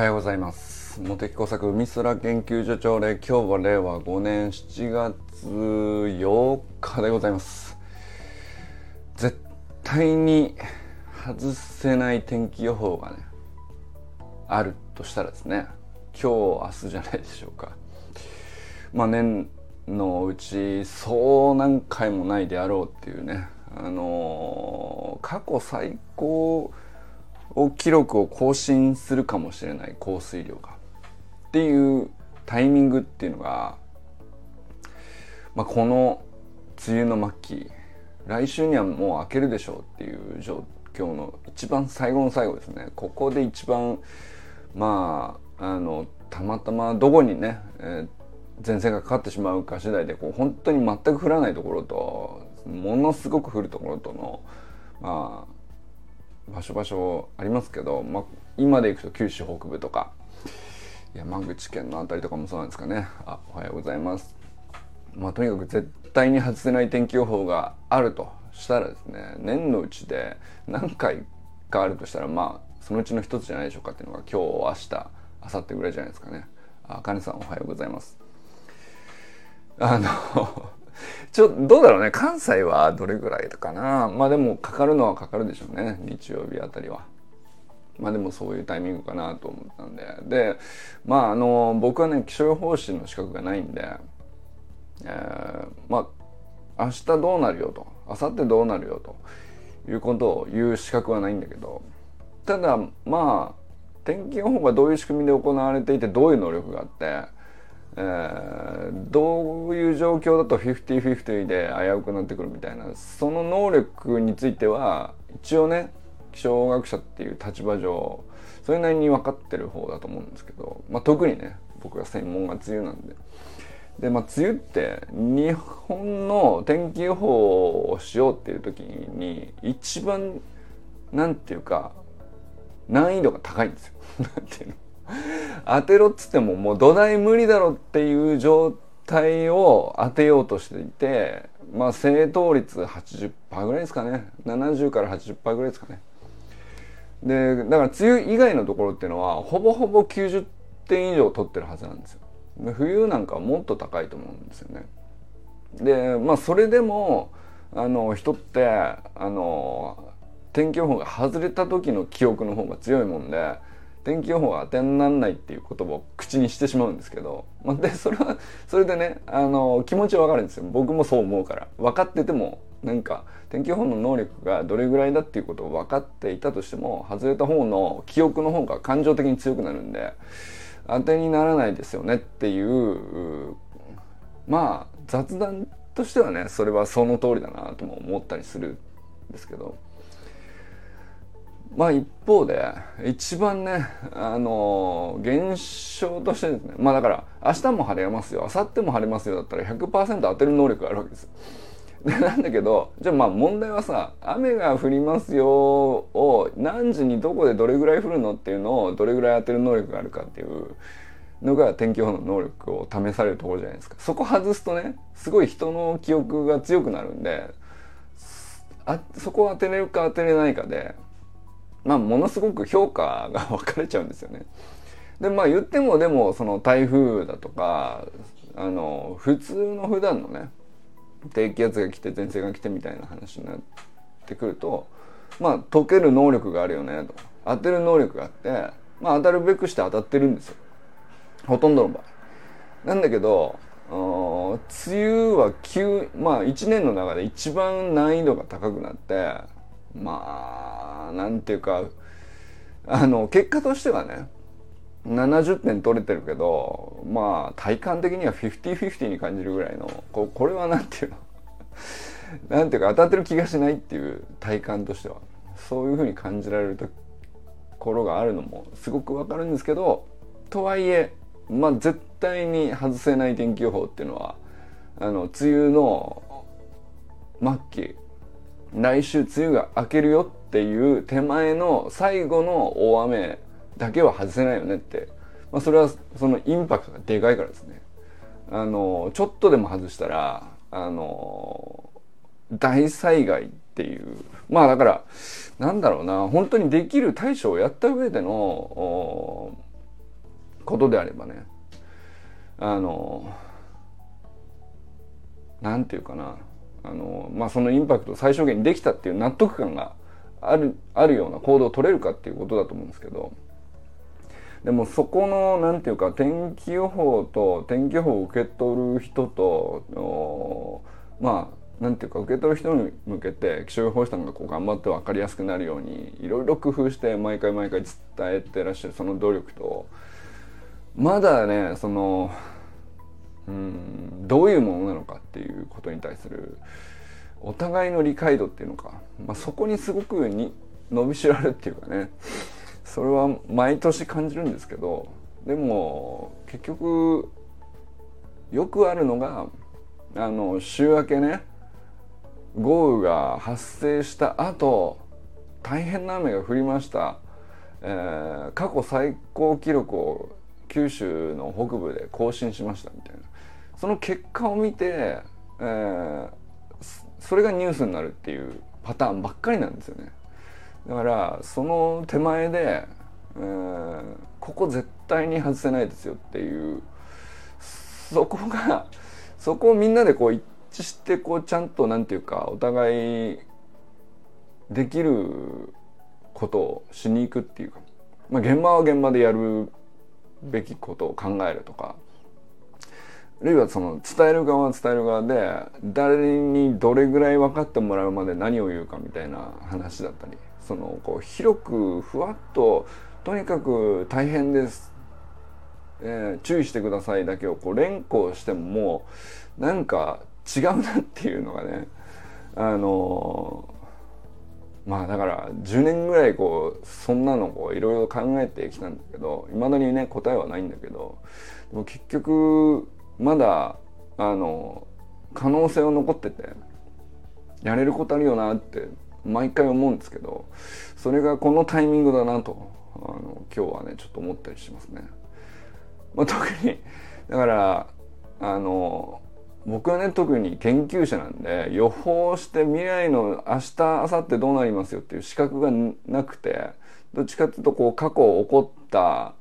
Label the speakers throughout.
Speaker 1: はようございます。茂木工作海空研究所長で、今日は令和5年7月8日でございます。絶対に外せない天気予報がねあるとしたらですね、今日明日じゃないでしょうか。年のうちそう何回もないであろうっていうね、過去最高記録を更新するかもしれない降水量がっていうタイミングっていうのが、この梅雨の末期、来週にはもう明けるでしょうっていう状況の一番最後の最後ですね。ここで一番たまたまどこにね、前線がかかってしまうか次第で本当に全く降らないところとものすごく降るところとの場所ありますけど、今で行くと九州北部とか山口県のあたりとかもそうなんですかね。おはようございます。とにかく絶対に外せない天気予報があるとしたらですね、年のうちで何回かあるとしたらそのうちの一つじゃないでしょうかっていうのが今日明日明後日ぐらいじゃないですかね。あかねさんおはようございます。どうだろうね、関西はどれぐらいかな。でもかかるのはかかるでしょうね、日曜日あたりは。でもそういうタイミングかなと思ったんで、僕はね気象予報士の資格がないんで、明日どうなるよと明後日どうなるよということを言う資格はないんだけど、ただ天気予報がどういう仕組みで行われていてどういう能力があって、どういう状況だと 50-50 で危うくなってくるみたいな、その能力については一応ね気象学者っていう立場上それなりに分かってる方だと思うんですけど、特にね僕が専門が梅雨なんで。梅雨って日本の天気予報をしようっていう時に一番なんていうか難易度が高いんですよ。なんていうの、当てろっつってももう土台無理だろっていう状態を当てようとしていて、正答率 80% ぐらいですかね。70から 80% ぐらいですかね。でだから梅雨以外のところっていうのはほぼほぼ90点以上取ってるはずなんですよ。冬なんかはもっと高いと思うんですよね。でそれでも人って天気予報が外れた時の記憶の方が強いもんで、天気予報が当てにならないっていう言葉を口にしてしまうんですけど、でそれはそれでね気持ちは分かるんですよ。僕もそう思うから。分かってても天気予報の能力がどれぐらいだっていうことを分かっていたとしても、外れた方の記憶の方が感情的に強くなるんで当てにならないですよねっていう雑談としてはねそれはその通りだなとも思ったりするんですけど、一方で一番ね現象としてですね、だから明日も晴れますよ明後日も晴れますよだったら 100% 当てる能力があるわけです。なんだけどじゃあ問題はさ、雨が降りますよを何時にどこでどれぐらい降るのっていうのをどれぐらい当てる能力があるかっていうのが天気予報の能力を試されるところじゃないですか。そこ外すとねすごい人の記憶が強くなるんで、そこを当てれるか当てれないかでものすごく評価が分かれちゃうんですよね。で言ってもでもその台風だとか普通の普段のね低気圧が来て前線が来てみたいな話になってくると解ける能力があるよねと、当てる能力があって当たるべくして当たってるんですよ、ほとんどの場合。なんだけど梅雨は1年の中で一番難易度が高くなってなんていうか結果としてはね70点取れてるけど体感的には 50-50 に感じるぐらいのこれはなんていうのなんていうか当たってる気がしないっていう体感としてはそういう風に感じられるところがあるのもすごくわかるんですけど、とはいえ絶対に外せない天気予報っていうのは梅雨の末期、来週梅雨が明けるよっていう手前の最後の大雨だけは外せないよねって、それはそのインパクトがでかいからですね。ちょっとでも外したら大災害っていう、だからなんだろうな、本当にできる対処をやった上でのことであればね、なんていうかな、そのインパクトを最小限にできたっていう納得感があるような行動を取れるかっていうことだと思うんですけど、でもそこのなんていうか、天気予報を受け取る人と、なんていうか、受け取る人に向けて気象予報士さんがこう頑張って分かりやすくなるようにいろいろ工夫して毎回伝えてらっしゃるその努力と、まだねどういうものなのかっていうことに対するお互いの理解度っていうのか、そこにすごく伸びしろあるっていうかね、それは毎年感じるんですけど、でも結局よくあるのが週明けね、豪雨が発生した後大変な雨が降りました、過去最高記録を九州の北部で更新しましたみたいな、その結果を見て、それがニュースになるっていうパターンばっかりなんですよね。だからその手前で、ここ絶対に外せないですよっていう、そこをみんなでこう一致してこうちゃんとなんていうか、お互いできることをしに行くっていうか、現場は現場でやるべきことを考えるとか、あるいはその伝える側は伝える側で誰にどれぐらい分かってもらうまで何を言うかみたいな話だったり、そのこう広くふわっととにかく大変です、注意してくださいだけをこう連呼してももうなんか違うなっていうのがね、だから10年ぐらいこうそんなのこういろいろ考えてきたんだけど、いまだにね答えはないんだけど、でも結局まだ可能性は残ってて、やれることあるよなって毎回思うんですけど、それがこのタイミングだなと今日はねちょっと思ったりしますね。特にだから僕はね特に研究者なんで、予報して未来の明日明後日どうなりますよっていう資格がなくて、どっちかっていうとこう過去起こった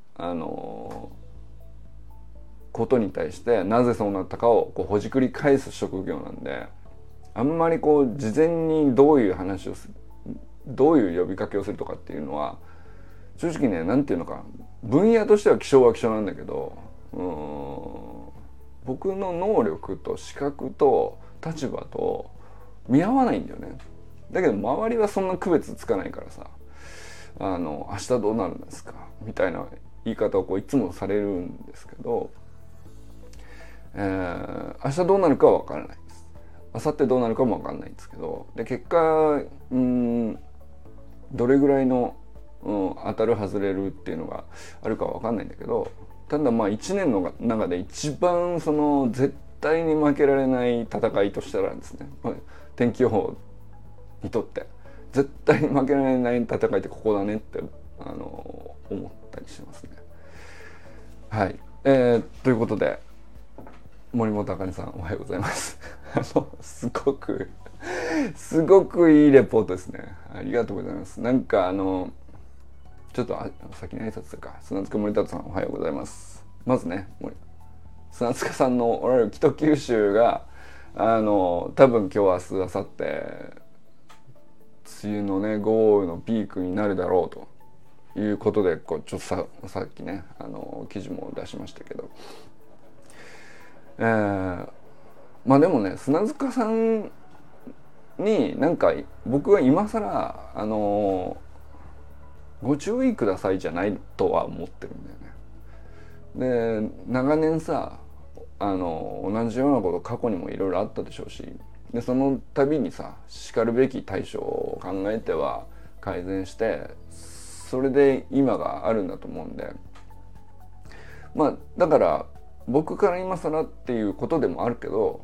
Speaker 1: ことに対してなぜそうなったかをこうほじくり返す職業なんで、あんまりこう事前にどういう話をする、どういう呼びかけをするとかっていうのは正直ね、なんていうのか、分野としては気象は気象なんだけど、僕の能力と資格と立場と見合わないんだよね。だけど周りはそんな区別つかないからさ、明日どうなるんですかみたいな言い方をこういつもされるんですけど、明日どうなるかは分からないです。明後日どうなるかも分からないんですけど、で結果どれぐらいの、当たる外れるっていうのがあるかは分かんないんだけど、ただ1年の中で一番その絶対に負けられない戦いとしてあるんですね、天気予報にとって絶対に負けられない戦いってここだねって思ったりしますね。はい、ということで森本茜さんおはようございますすごくいいレポートですね。ありがとうございます。なんかちょっと先に挨拶するか。砂塚森田さんおはようございます。まずね、砂塚さんのおられる北九州が多分今日明日明後日梅雨のね豪雨のピークになるだろうということで、こうちょっとさっきね記事も出しましたけど、でもね、砂塚さんになんか僕は今更ご注意くださいじゃないとは思ってるんだよね。で長年さ同じようなこと過去にもいろいろあったでしょうし、でその度にさしかるべき対処を考えては改善して、それで今があるんだと思うんで、だから僕から今更っていうことでもあるけど、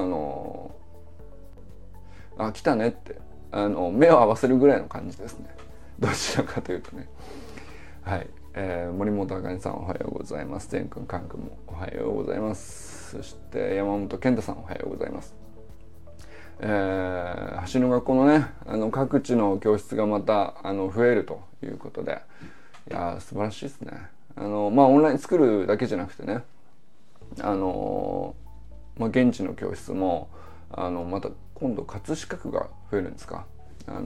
Speaker 1: 来たねって目を合わせるぐらいの感じですね。どちらかというとね。はい、森本茜さんおはようございます。善くん、かんくんもおはようございます。そして山本健太さんおはようございます。橋の学校のね各地の教室がまた増えるということで、いや素晴らしいですね。 オンラインスクールだけじゃなくてね、現地の教室もまた今度葛飾区が増えるんですか。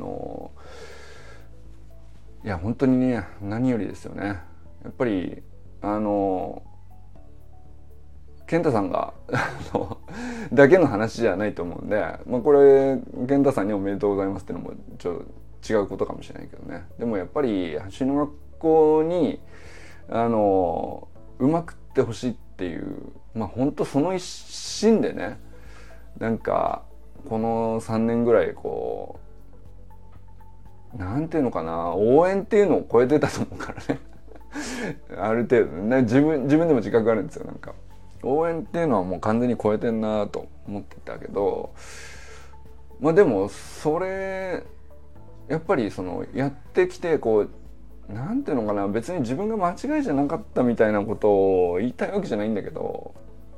Speaker 1: いや本当にね、何よりですよね。やっぱり健太さんがだけの話じゃないと思うんで、これ健太さんにおめでとうございますっていうのもちょっと違うことかもしれないけどね。でもやっぱり走りの学校にうまくってほしいっていう、本当その一心でね、なんかこの3年ぐらいこうなんていうのかな、応援っていうのを超えてたと思うからねある程度ね、自分でも自覚あるんですよ。なんか応援っていうのはもう完全に超えてんなと思ってたけど、でもそれやっぱりやってきてこうなんていうのかな、別に自分が間違いじゃなかったみたいなことを言いたいわけじゃないんだけど、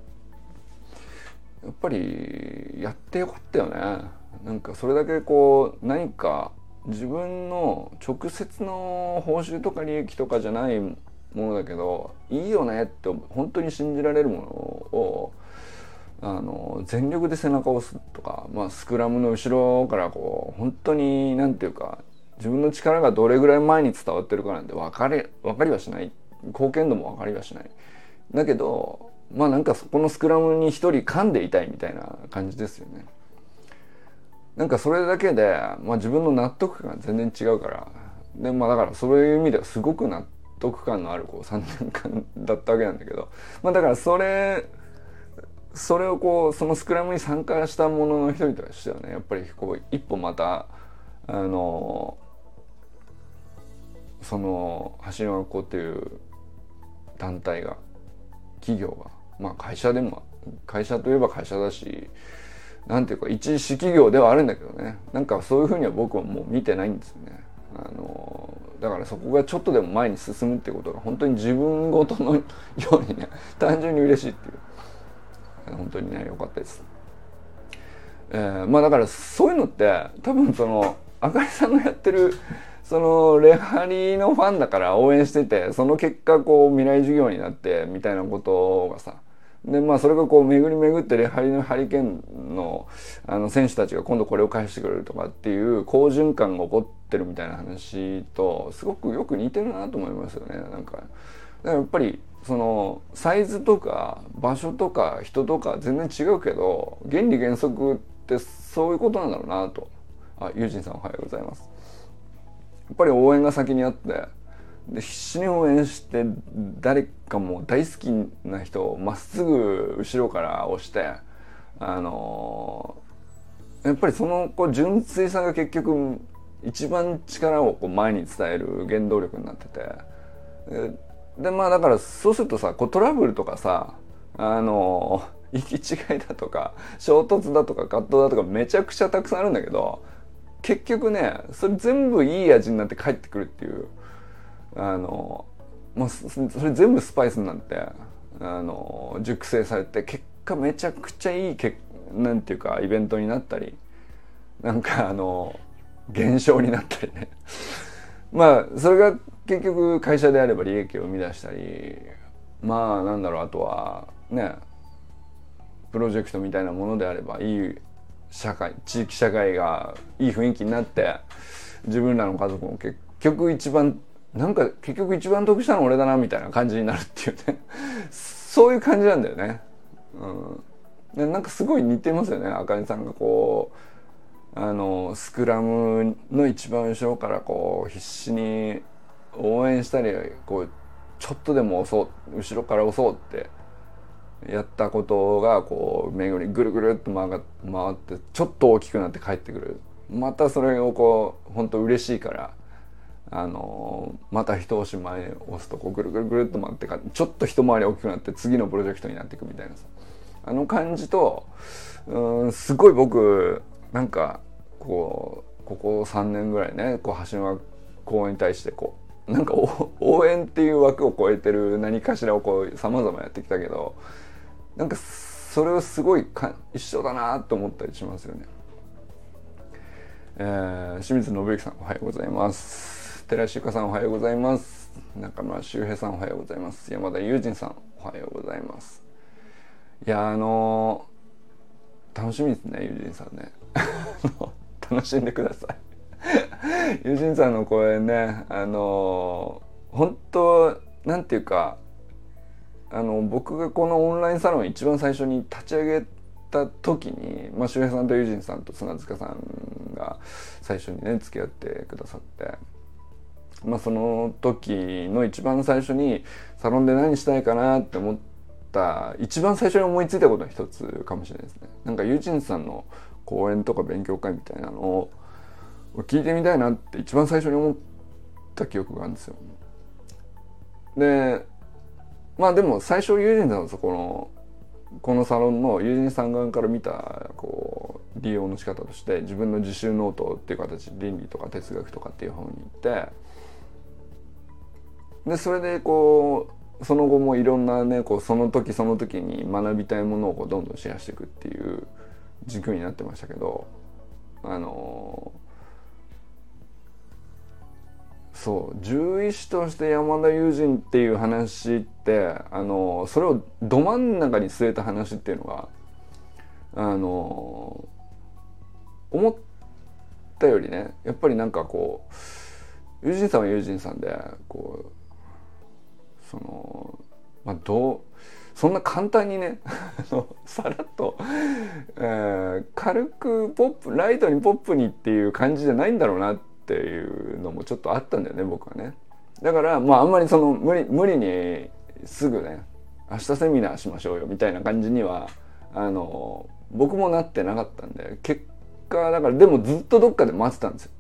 Speaker 1: やっぱりやってよかったよね。なんかそれだけこう何か自分の直接の報酬とか利益とかじゃないものだけどいいよねって本当に信じられるものを全力で背中を押すとか、スクラムの後ろからこう本当になんていうか、自分の力がどれぐらい前に伝わってるかなんて分かりはしない、貢献度も分かりはしない。だけどなんかそこのスクラムに一人噛んでいたいみたいな感じですよね。なんかそれだけで、自分の納得感が全然違うから。でだからそういう意味ではすごく納得感のあるこう3年間だったわけなんだけど、だからそれをこうそのスクラムに参加した者の一人としてはね、やっぱりこう一歩またその走りの学校っていう団体が、企業が、会社でも会社といえば会社だし、なんていうか一私企業ではあるんだけどね、なんかそういうふうには僕はもう見てないんですよね。だからそこがちょっとでも前に進むってことが本当に自分ごとのようにね、単純に嬉しいっていう、本当にね良かったです。だからそういうのって多分あかりさんのやってるレハリのファンだから応援してて、その結果こう未来授業になってみたいなことがさ、でそれがこう巡り巡ってレハリのハリケーンの選手たちが今度これを返してくれるとかっていう好循環が起こってるみたいな話とすごくよく似てるなと思いますよね。なんかだからやっぱりサイズとか場所とか人とか全然違うけど、原理原則ってそういうことなんだろうなと。ユージンさんおはようございます。やっぱり応援が先にあって、で必死に応援して誰かもう大好きな人をまっすぐ後ろから押して、やっぱりそのこう純粋さが結局一番力をこう前に伝える原動力になってて、でだからそうするとさ、こうトラブルとかさ、行き違いだとか衝突だとか葛藤だとかめちゃくちゃたくさんあるんだけど、結局ねそれ全部いい味になって帰ってくるっていう、それ全部スパイスになって熟成されて結果めちゃくちゃいいなんていうかイベントになったり、なんか現象になったりねそれが結局会社であれば利益を生み出したり、なんだろう、あとはねプロジェクトみたいなものであればいい社会、地域社会がいい雰囲気になって自分らの家族も結局一番得したの俺だなみたいな感じになるっていうねそういう感じなんだよね。でなんかすごい似てますよね。あかねさんがこうスクラムの一番後ろからこう必死に応援したり、こうちょっとでも後ろから押そうってやったことがこう巡りぐるぐるっと回ってちょっと大きくなって帰ってくる。またそれをこう本当嬉しいからまた一押し前に押すとこうぐるぐるぐるっと回ってちょっと一回り大きくなって次のプロジェクトになっていくみたいなさ、感じとすごい僕なんかここ3年ぐらいね、こう橋の公園に対してこうなんか応援っていう枠を超えてる何かしらをこう様々やってきたけど、なんかそれをすごい一緒だなと思ったりしますよね。清水信之さんおはようございます。寺石ゆかさんおはようございます。 中村修平さんおはようございます。山田友人さんおはようございます。いや楽しみですね、友人さんね楽しんでください友人さんの公演ね、本当なんていうか、僕がこのオンラインサロン一番最初に立ち上げた時に、周平さんと友人さんと砂塚さんが最初にね付き合ってくださって、その時の一番最初にサロンで何したいかなって思った一番最初に思いついたことの一つかもしれないですね。なんか友人さんの講演とか勉強会みたいなのを聞いてみたいなって一番最初に思った記憶があるんですよ。ででも最初友人さんのこのサロンの友人さん側から見た利用の仕方として、自分の自習ノートっていう形で倫理とか哲学とかっていう方に行って、でそれでその後もいろんなねその時その時に学びたいものをどんどんシェアしていくっていう軸になってましたけど、そう獣医師として山田友人っていう話ってそれをど真ん中に据えた話っていうのが思ったよりね、やっぱりなんか友人さんは友人さんでそんな簡単にねさらっと、軽くライトにポップにっていう感じじゃないんだろうなっていうのもちょっとあったんだよね、僕はね。だからあんまり無理にすぐね明日セミナーしましょうよみたいな感じには僕もなってなかったんで、結果だからでもずっとどっかで待ってたんですよ。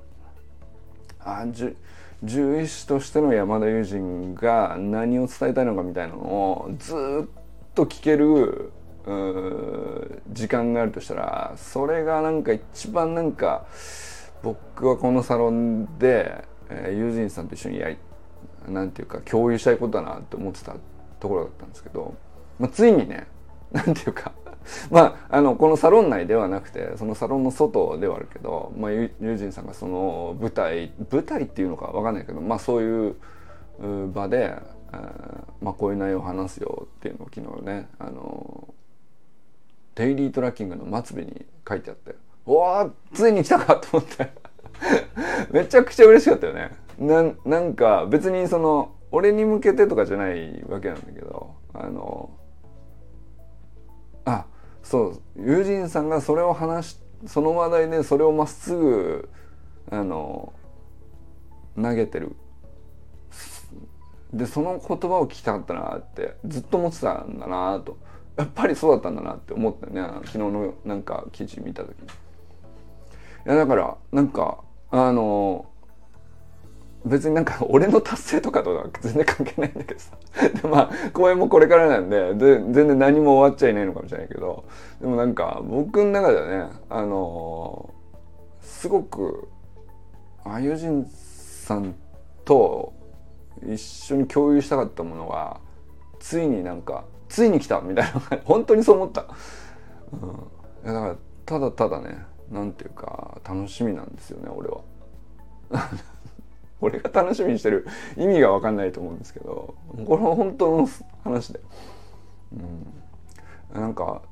Speaker 1: 獣医師としての山田友人が何を伝えたいのかみたいなのをずっと聞ける時間があるとしたら、それがなんか一番なんか僕はこのサロンで、友人さんと一緒になんていうか共有したいことだなって思ってたところだったんですけど、ついにねなんていうかこのサロン内ではなくてそのサロンの外ではあるけど、友人さんがその舞台っていうのかわかんないけど、そういう場で、こういう内容を話すよっていうのを昨日ねデイリートラッキングの末尾に書いてあって、おーついに来たかと思ってめちゃくちゃ嬉しかったよね。なんか別に俺に向けてとかじゃないわけなんだけど、そう友人さんがその話題でそれをまっすぐ投げてる。でその言葉を聞きたかったなってずっと思ってたんだなと、やっぱりそうだったんだなって思ったよね、昨日のなんか記事見た時に。いやだからなんか別になんか俺の達成とかとは全然関係ないんだけどさで公演もこれからなんで全然何も終わっちゃいないのかもしれないけど、でもなんか僕の中ではねすごく友人さんと一緒に共有したかったものがついに来たみたいな本当にそう思った、いやだからただただねなんていうか楽しみなんですよね俺は俺が楽しみにしてる意味が分かんないと思うんですけど、これは本当の話で、なんか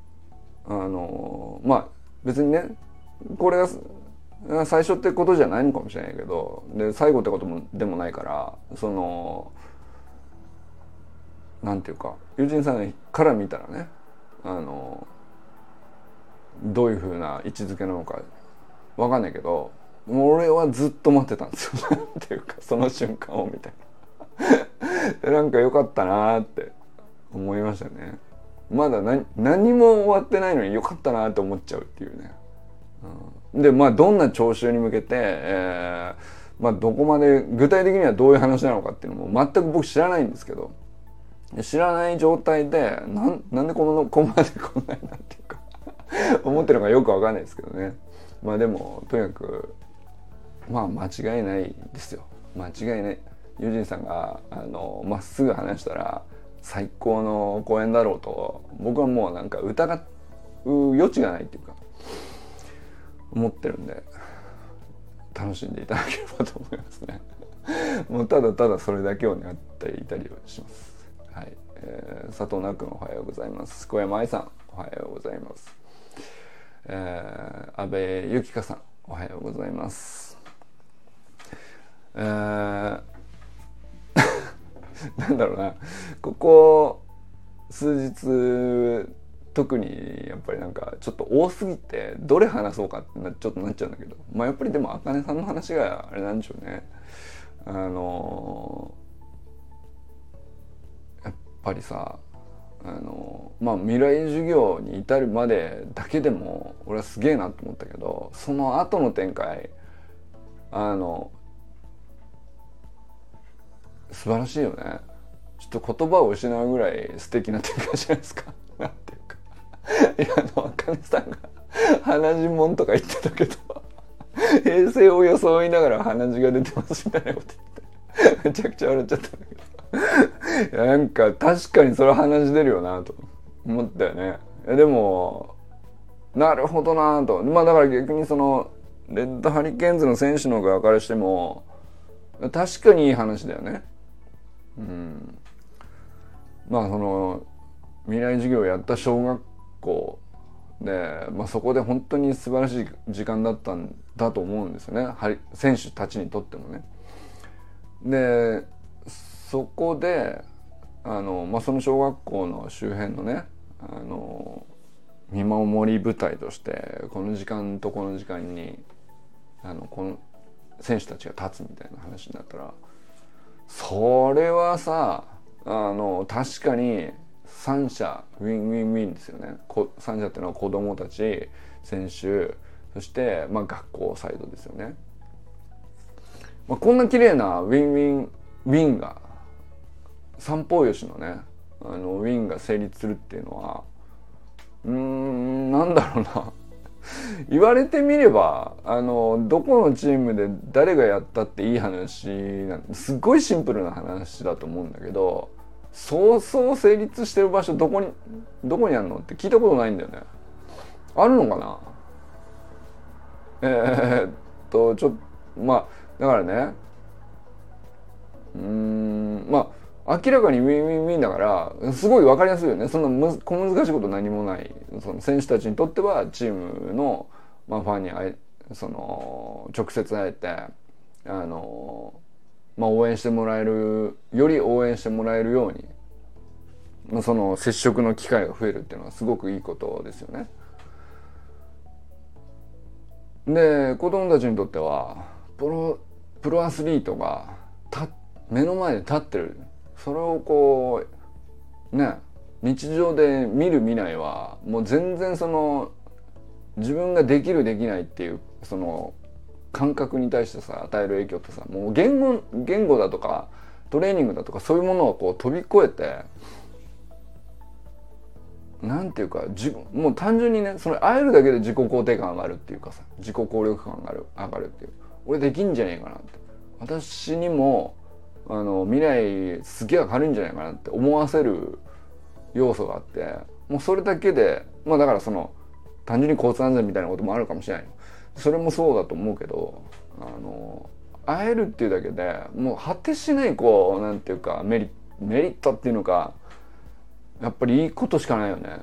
Speaker 1: 別にねこれが最初ってことじゃないのかもしれないけど、で最後ってことでもないから、なんていうか友人さんから見たらねどういう風な位置づけなのか分かんないけど、俺はずっと待ってたんですよなんていうかその瞬間をみたいなでなんか良かったなって思いましたね。まだ何も終わってないのに良かったなって思っちゃうっていうね、でどんな聴衆に向けて、どこまで具体的にはどういう話なのかっていうのも全く僕知らないんですけど、知らない状態でなんでここまでこんなになんていうか思ってるのかよくわかんないですけどね。でもとにかく間違いないですよ。間違いない。友人さんがまっすぐ話したら最高の講演だろうと僕はもうなんか疑う余地がないっていうか思ってるんで、楽しんでいただければと思いますねもうただただそれだけを願っていたりします。はい、佐藤奈君おはようございます。小山愛さんおはようございます。安部由紀香さんおはようございます。なんだろうな、ここ数日特にやっぱりなんかちょっと多すぎてどれ話そうかってちょっとなっちゃうんだけど、まあやっぱりでも茜さんの話があれなんでしょうね。やっぱりさ、まあ未来授業に至るまでだけでも俺はすげえなと思ったけど、その後の展開素晴らしいよね。ちょっと言葉を失うぐらい素敵な展開じゃないですか。なんていうか、茜さんが鼻血もんとか言ってたけど平成を装いながら鼻血が出てますみたいなこと言ってめちゃくちゃ笑っちゃったんだけどなんか確かにそれは鼻血出るよなと思ったよね。でもなるほどなと。まあだから逆にそのレッドハリケーンズの選手の側からしても確かにいい話だよね。まあその未来授業をやった小学校で、まあ、そこで本当に素晴らしい時間だったんだと思うんですよね、選手たちにとってもね。でそこでまあ、その小学校の周辺のね見守り部隊としてこの時間とこの時間にこの選手たちが立つみたいな話になったら、それはさ確かに三者ウィンウィンウィンですよね。三者っていうのは子どもたち、選手、そして、まあ、学校サイドですよね。まあ、こんな綺麗なウィンウィンウィンが三方よしのねウィンが成立するっていうのはなんだろうな言われてみればどこのチームで誰がやったっていい話なんすっごいシンプルな話だと思うんだけど、そうそう成立してる場所どこにあるのって聞いたことないんだよね。あるのかな。まあだからねまあ明らかにウィンウィンウィンだからすごい分かりやすいよね。そんな小難しいこと何もない。その選手たちにとってはチームの、まあ、ファンにその直接会えてまあ、応援してもらえるより応援してもらえるように、まあ、その接触の機会が増えるっていうのはすごくいいことですよね。で子供たちにとってはプロアスリートが目の前で立ってる、それをこうね日常で見る見ないはもう全然その自分ができるできないっていうその感覚に対してさ与える影響ってさ、もう言語だとかトレーニングだとかそういうものをこう飛び越えて、なんていうかもう単純にねそれ会えるだけで自己肯定感上がるっていうかさ、自己効力感上がるっていう、俺できんじゃねえかなって、私にも未来すげえ明るいんじゃないかなって思わせる要素があって、もうそれだけでまあだからその単純に交通安全みたいなこともあるかもしれないよ。それもそうだと思うけど会えるっていうだけでもう果てしないこうなんていうかメリットっていうのか、やっぱりいいことしかないよね。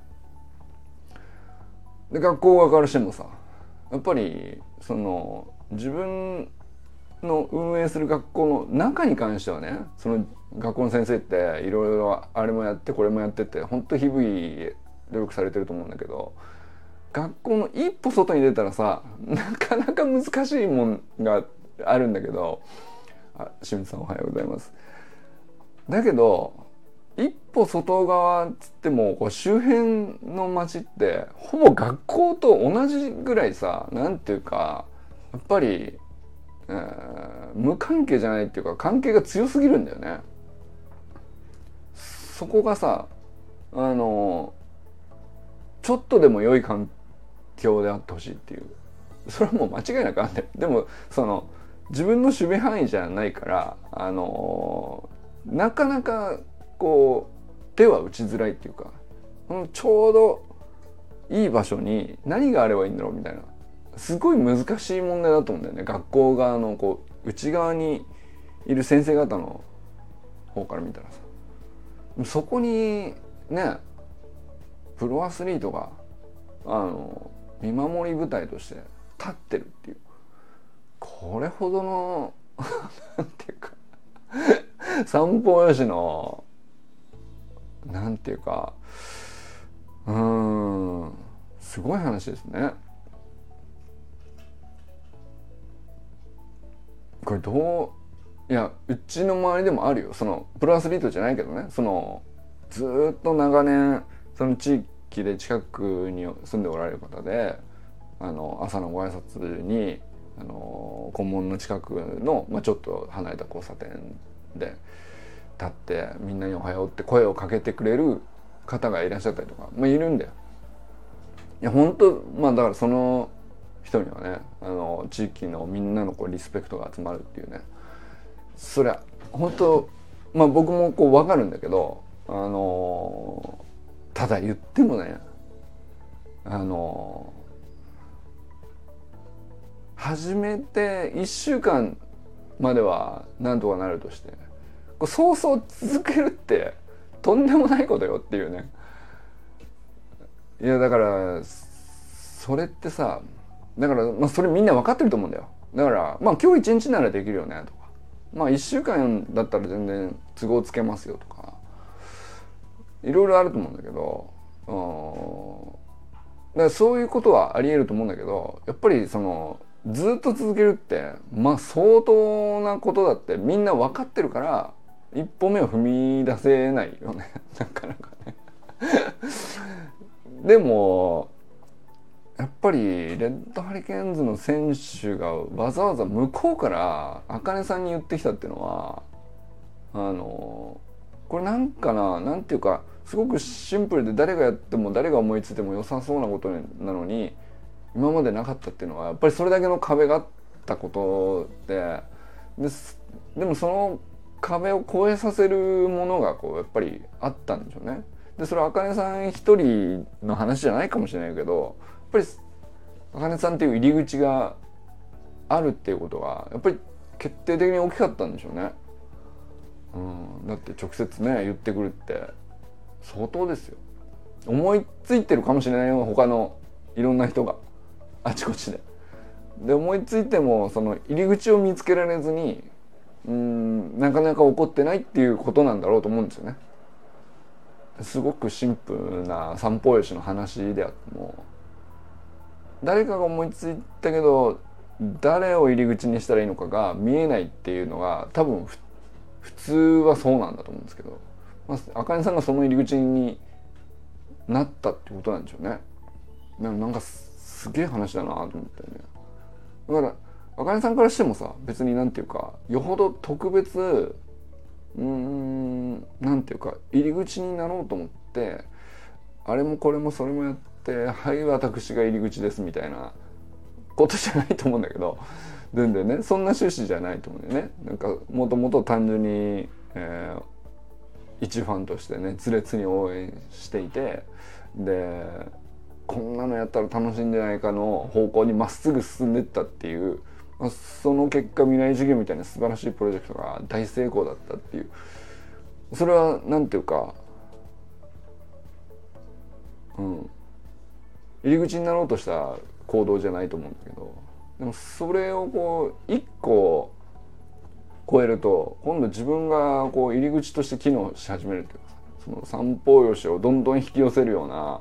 Speaker 1: で学校側からしてもさやっぱりその自分の運営する学校の中に関してはね、その学校の先生っていろいろあれもやってこれもやってって本当日々努力されてると思うんだけど、学校の一歩外に出たらさなかなか難しいもんがあるんだけど、清水さんおはようございます。だけど一歩外側っつってもこう周辺の街ってほぼ学校と同じぐらいさ、なんていうかやっぱり、無関係じゃないっていうか関係が強すぎるんだよね。そこがさちょっとでも良い環境であってほしいっていう、それはもう間違いなくあんね。でもその自分の守備範囲じゃないからなかなかこう手は打ちづらいっていうか、ちょうどいい場所に何があればいいんだろうみたいな、すごい難しい問題だと思うんだよね。学校側のこう内側にいる先生方の方から見たらさ、そこにねプロアスリートが見守り舞台として立ってるっていう、これほどのなんていうか散歩よしのなんていうかすごい話ですね。これいやうちの周りでもあるよ、そのプロアスリートじゃないけどね、そのずっと長年その地域で近くに住んでおられる方で、朝のご挨拶に校門の近くの、ちょっと離れた交差点で立ってみんなにおはようって声をかけてくれる方がいらっしゃったりとか、いるんだよ。いや本当だからその人にはね地域のみんなのリスペクトが集まるっていうね、そりゃ本当僕も分かるんだけど、ただ言ってもね始めて1週間まではなんとかなるとして、そうそう続けるってとんでもないことよっていうね。いやだからそれってさ、だからそれみんな分かってると思うんだよ。だから今日1日ならできるよねとか、1週間だったら全然都合つけますよとかいろいろあると思うんだけど、だからそういうことはあり得ると思うんだけど、やっぱりそのずっと続けるって相当なことだってみんな分かってるから一歩目を踏み出せないよねなかなかねでもやっぱりレッドハリケーンズの選手がわざわざ向こうから茜さんに言ってきたっていうのはこれなんていうかすごくシンプルで誰がやっても誰が思いついても良さそうなことなのに今までなかったっていうのはやっぱりそれだけの壁があったことでもその壁を越えさせるものがやっぱりあったんでしょうね。でそれは茜さん一人の話じゃないかもしれないけど、やっぱり茜さんっていう入り口があるっていうことがやっぱり決定的に大きかったんでしょうね。だって直接ね言ってくるって相当ですよ。思いついてるかもしれないよ他のいろんな人があちこちで思いついてもその入り口を見つけられずになかなか起こってないっていうことなんだろうと思うんですよね。すごくシンプルな散歩よしの話であっても誰かが思いついたけど誰を入り口にしたらいいのかが見えないっていうのが多分普通はそうなんだと思うんですけど、茜さんがその入り口になったってことなんでしょうね。なんかすげえ話だなと思ってね。だから茜さんからしてもさ別になんていうかよほど特別なんていうか入り口になろうと思ってあれもこれもそれもやってはい私が入り口ですみたいなことじゃないと思うんだけど、全然ねそんな趣旨じゃないと思うんだよね。なんかもともと単純に、一ファンとしてね熱烈に応援していて、でこんなのやったら楽しいんじゃないかの方向にまっすぐ進んでったっていう、その結果未来授業みたいな素晴らしいプロジェクトが大成功だったっていう、それはなんていうか入り口になろうとした行動じゃないと思うんだけど、でもそれを一個超えると今度自分が入り口として機能し始めるというか、その散歩よしをどんどん引き寄せるような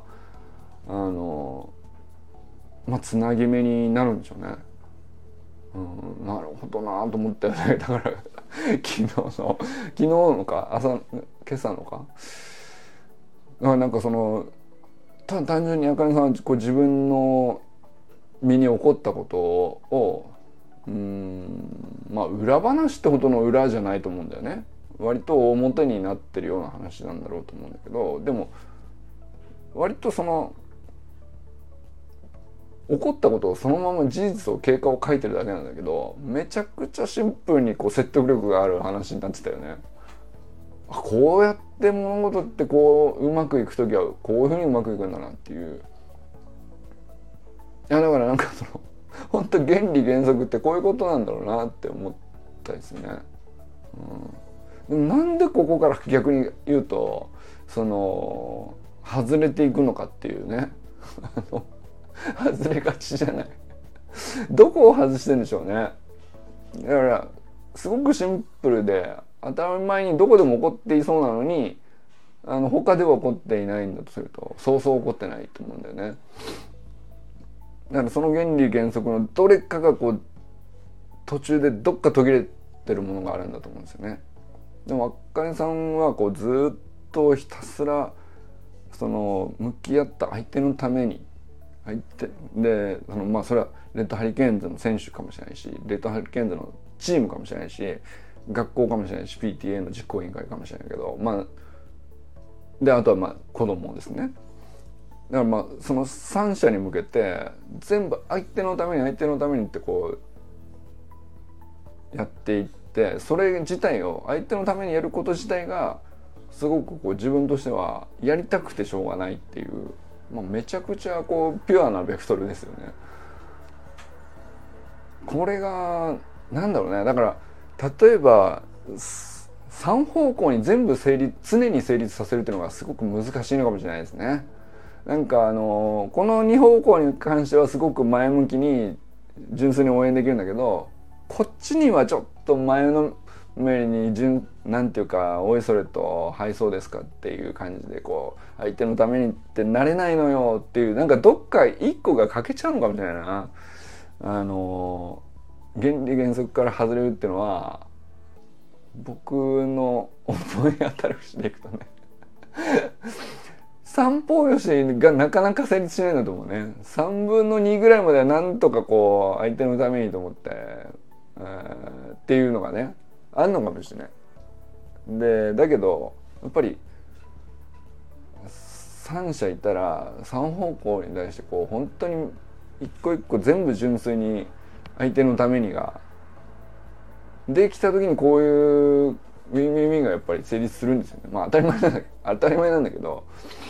Speaker 1: つなぎ目になるんでしょうね。なるほどなと思ったよね。だから昨日のか今朝のかなんかその単純に茜さんは自分の身に起こったことを裏話ってほどの裏じゃないと思うんだよね。割と表になってるような話なんだろうと思うんだけど、でも割とその起こったことをそのまま事実を経過を書いてるだけなんだけど、めちゃくちゃシンプルに説得力がある話になってたよね。こうやって物事ってうまくいくときはこういうふうにうまくいくんだなっていう。いやだからなんかその本当原理原則ってこういうことなんだろうなって思ったですね。 でもなんでここから逆に言うとその外れていくのかっていうね外れがちじゃないどこを外してんでしょうね。だからすごくシンプルで当たり前にどこでも起こっていそうなのに他では起こっていないんだとするとそうそう起こってないと思うんだよね。だからその原理原則のどれかがこう途中でどっか途切れてるものがあるんだと思うんですよね。でもあかねさんはこうずっとひたすらその向き合った相手のために相手でそれはレッドハリケーンズの選手かもしれないしレッドハリケーンズのチームかもしれないし学校かもしれないし PTA の実行委員会かもしれないけどであとは子供ですね。だからその3者に向けて全部相手のためにってこうやっていってそれ自体を相手のためにやること自体がすごくこう自分としてはやりたくてしょうがないっていう、めちゃくちゃこうピュアなベクトルですよね。これがなんだろうね。だから例えば3方向に全部常に成立させるっていうのがすごく難しいのかもしれないですね。なんかこの2方向に関してはすごく前向きに純粋に応援できるんだけどこっちにはちょっと前のめりになんていうかおいそれとはいそうですかっていう感じでこう相手のためにってなれないのよっていうなんかどっか一個が欠けちゃうのかもしれないな。原理原則から外れるっていうのは僕の思い当たる節でいくとね三方よしがなかなか成立しないんだと思うね。3分の2ぐらいまではなんとかこう相手のためにと思って、っていうのがねあんのかもしれない。でだけどやっぱり3者いたら3方向に対してこう本当に一個一個全部純粋に相手のためにができた時にこういうウィンウィンウィンがやっぱり成立するんですよね。当たり前なんだけど、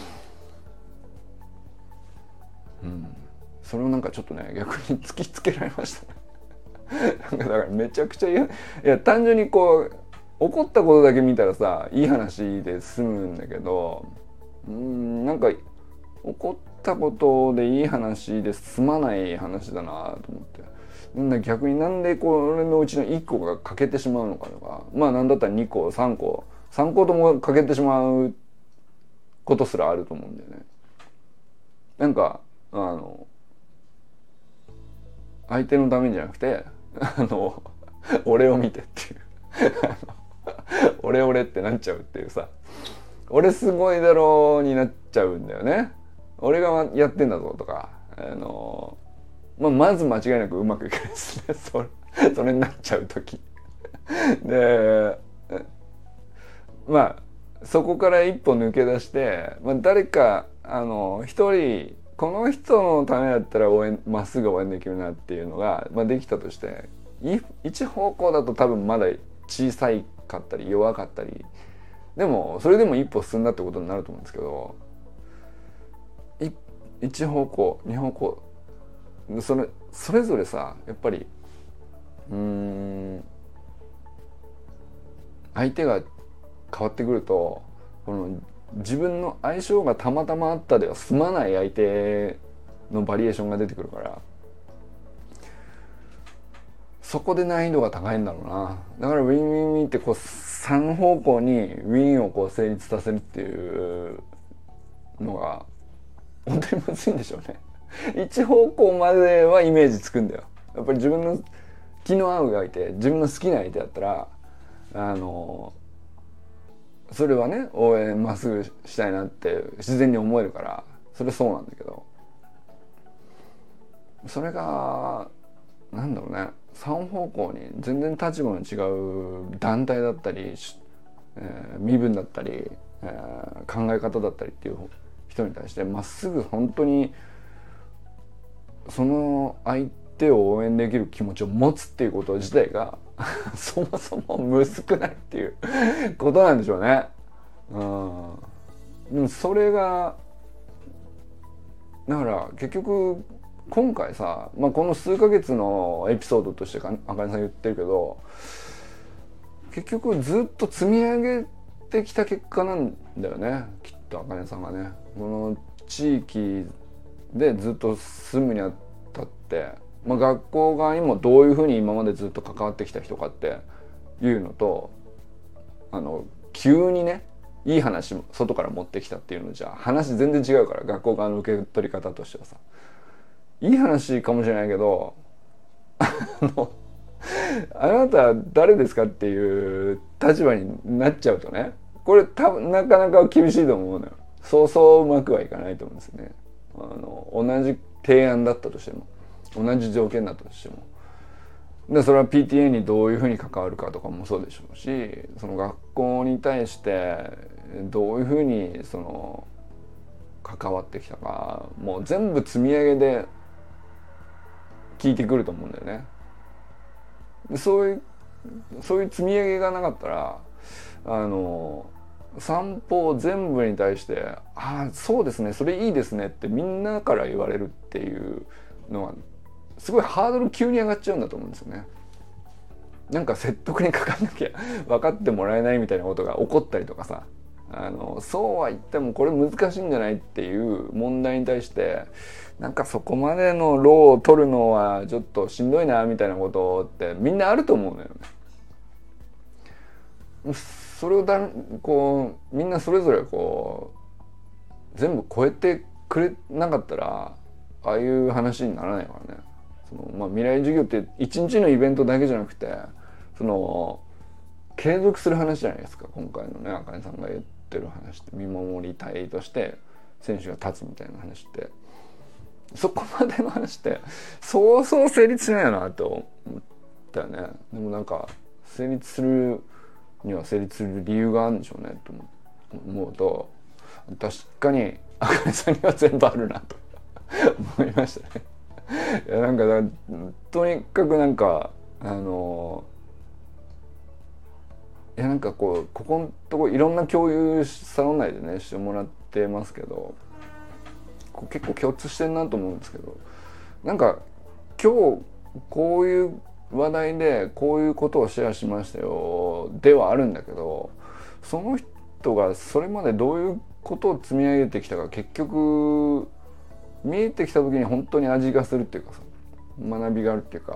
Speaker 1: それをなんかちょっとね逆に突きつけられましたねだからめちゃくちゃいや単純にこう起こったことだけ見たらさいい話で済むんだけどなんか起こったことでいい話で済まない話だなと思って逆になんでこれのうちの1個が欠けてしまうのかとかなんだったら2個3個とも欠けてしまうことすらあると思うんだよね。なんか相手のためじゃなくて俺を見てっていう俺ってなっちゃうっていうさ俺すごいだろうになっちゃうんだよね。俺がやってんだぞとかまず間違いなくうまくいかないですねそれになっちゃう時でそこから一歩抜け出して、誰か一人この人のためだったらまっすぐ応援できるなっていうのが、できたとして一方向だと多分まだ小さいかったり弱かったりでもそれでも一歩進んだってことになると思うんですけど一方向二方向それぞれさやっぱり相手が変わってくるとこの自分の相性がたまたまあったでは済まない相手のバリエーションが出てくるからそこで難易度が高いんだろうな。だからウィンウィンウィンってこう3方向にウィンをこう成立させるっていうのが本当にむずいんでしょうね一方向まではイメージつくんだよ。やっぱり自分の気の合う相手自分の好きな相手だったらそれはね応援まっすぐしたいなって自然に思えるからそれそうなんだけどそれがなんだろうね3方向に全然立場の違う団体だったり、身分だったり、考え方だったりっていう人に対してまっすぐ本当にその相手を応援できる気持ちを持つっていうこと自体がそもそもむずくないっていうことなんでしょうね。でもそれがだから結局今回さ、この数ヶ月のエピソードとしてあかねさん言ってるけど結局ずっと積み上げてきた結果なんだよね、きっとあかねさんがね。この地域でずっと住むにあたって、学校側にもどういうふうに今までずっと関わってきた人かっていうのと、急にねいい話外から持ってきたっていうのじゃ話全然違うから、学校側の受け取り方としてはさ、いい話かもしれないけどあなた誰ですかっていう立場になっちゃうとね、これ多分なかなか厳しいと思うのよ。そうそううまくはいかないと思うんですよね。同じ提案だったとしても、同じ条件だったとしても、でそれは PTA にどういうふうに関わるかとかもそうでしょうし、その学校に対してどういうふうにその関わってきたか、もう全部積み上げで聞いてくると思うんだよね。でそういう積み上げがなかったら、散歩全部に対して「ああそうですね、それいいですね」ってみんなから言われるっていうのはすごいハードル急に上がっちゃうんだと思うんですよね。なんか説得にかかんなきゃ分かってもらえないみたいなことが起こったりとかさ、そうは言ってもこれ難しいんじゃないっていう問題に対して、なんかそこまでのローを取るのはちょっとしんどいなみたいなことってみんなあると思うのよね。それをこうみんなそれぞれこう全部超えてくれなかったらああいう話にならないからね。未来授業って一日のイベントだけじゃなくて、継続する話じゃないですか。今回のねあかねさんが言ってる話って、見守り隊として選手が立つみたいな話って、そこまでの話ってそうそう成立しないよなと思ったよね。でもなんか成立するには成立する理由があるんでしょうねと思うと、確かにあかねさんには全部あるなと思いましたね。いやなんかとにかくなんかいやなんかここのとこいろんな共有サロン内でねしてもらってますけど、結構共通してるなと思うんですけど、なんか今日こういう話題でこういうことをシェアしましたよではあるんだけど、その人がそれまでどういうことを積み上げてきたか、結局見えてきた時に本当に味がするっていうかさ、学びがあるっていうか、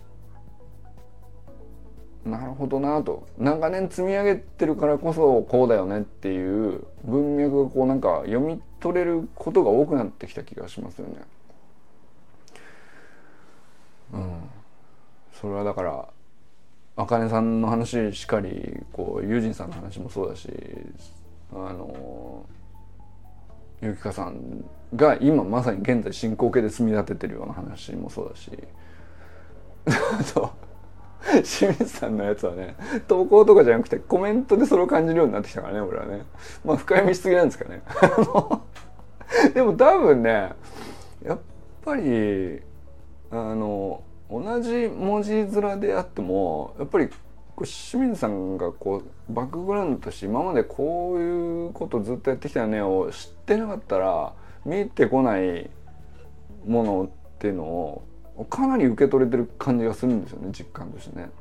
Speaker 1: なるほどなと、長年積み上げてるからこそこうだよねっていう文脈がこうなんか読み取れることが多くなってきた気がしますよね。それはだからあかねさんの話しかり、ユージンさんの話もそうだし、ゆきかさんが今まさに現在進行形で積み立ててるような話もそうだし清水さんのやつはね、投稿とかじゃなくてコメントでそれを感じるようになってきたからね、俺はね。深読みしすぎなんですかねでも多分ね、やっぱり同じ文字面であってもやっぱり清水さんがバックグラウンドとして今までこういうことずっとやってきたよねを知ってなかったら見えてこないものっていうのをかなり受け取れてる感じがするんですよね、実感としてね。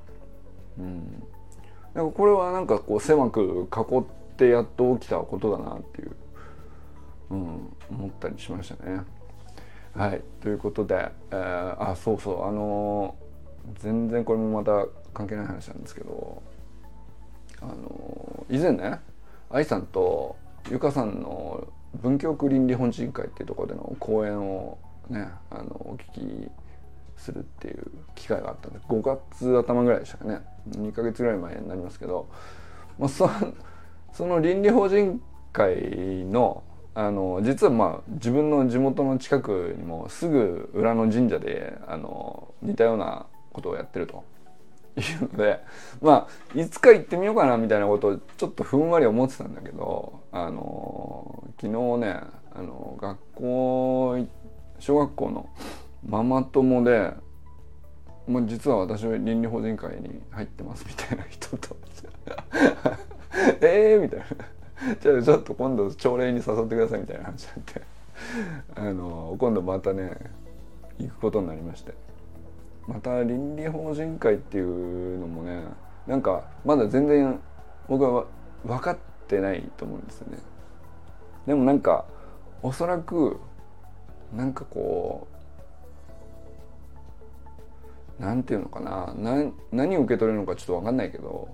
Speaker 1: だからこれはなんか狭く囲ってやっと起きたことだなっていう、思ったりしましたね。はい、ということで、そうそう全然これもまた関係ない話なんですけど、以前ね愛さんとゆかさんの文京区倫理本人会っていうところでの講演をねお聞きするっていう機会があったんで、5月頭ぐらいでしたかね、2ヶ月ぐらい前になりますけど、その倫理法人会の実は自分の地元の近くにもすぐ裏の神社で似たようなことをやってるというので、いつか行ってみようかなみたいなことをちょっとふんわり思ってたんだけど、昨日ね小学校のママ友で、実は私は倫理法人会に入ってますみたいな人とみたいなじゃあちょっと今度朝礼に誘ってくださいみたいな話になって今度またね行くことになりまして、また倫理法人会っていうのもねなんかまだ全然僕は分かってないと思うんですよね。でもなんかおそらくなんかこうなんていうのかな、何を受け取れるのかちょっと分かんないけど、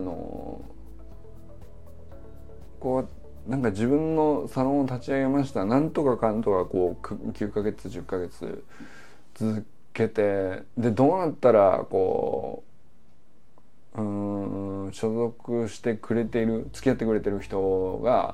Speaker 1: こうなんか自分のサロンを立ち上げました、なんとかかんとかこう9ヶ月10ヶ月続けて、でどうなったらこう所属してくれている、付き合ってくれてる人が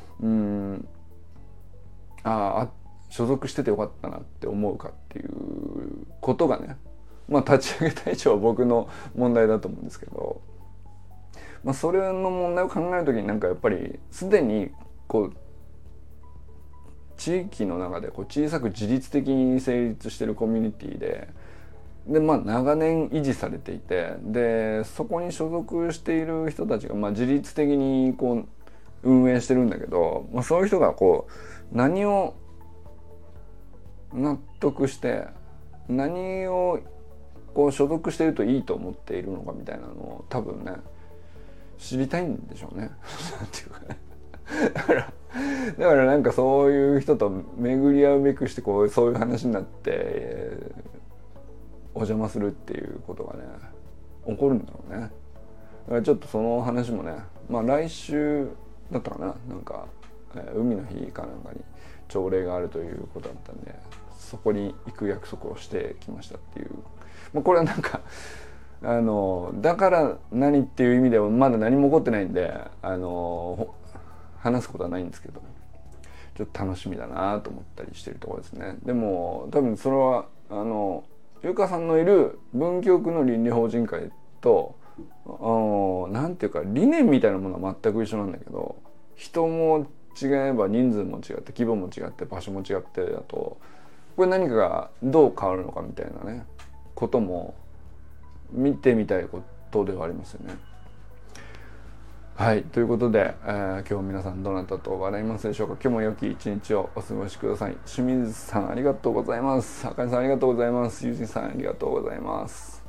Speaker 1: 所属しててよかったなって思うかっていうことがね、まあ立ち上げた以上は僕の問題だと思うんですけど、まあそれの問題を考えるときになんかやっぱりすでにこう地域の中でこう小さく自律的に成立しているコミュニティでまあ長年維持されていて、でそこに所属している人たちがまあ自律的にこう運営してるんだけど、まあ、そういう人がこう何を納得して何をこう所属しているといいと思っているのかみたいなのを多分ね知りたいんでしょうね。なんていうかねだからなんかそういう人と巡り合うべくしてこうそういう話になってお邪魔するっていうことがね起こるんだろうね。だからちょっとその話もね、まあ来週だったかな、なんか、海の日かなんかに朝礼があるということだったんで、そこに行く約束をしてきましたっていう、まあ、これはなんかだから何っていう意味ではまだ何も起こってないんで話すことはないんですけど、ちょっと楽しみだなと思ったりしてるところですね。でも多分それはゆかさんのいる文京区の倫理法人会となんていうか理念みたいなものは全く一緒なんだけど、人も違えば人数も違って規模も違って場所も違ってだとこれ何かがどう変わるのかみたいなねことも見てみたいことではありますよね。はい、ということで、今日皆さんどなたと笑いますでしょうか。今日も良き一日をお過ごしください。清水さんありがとうございます。赤井さんありがとうございます。ゆうじさんありがとうございます。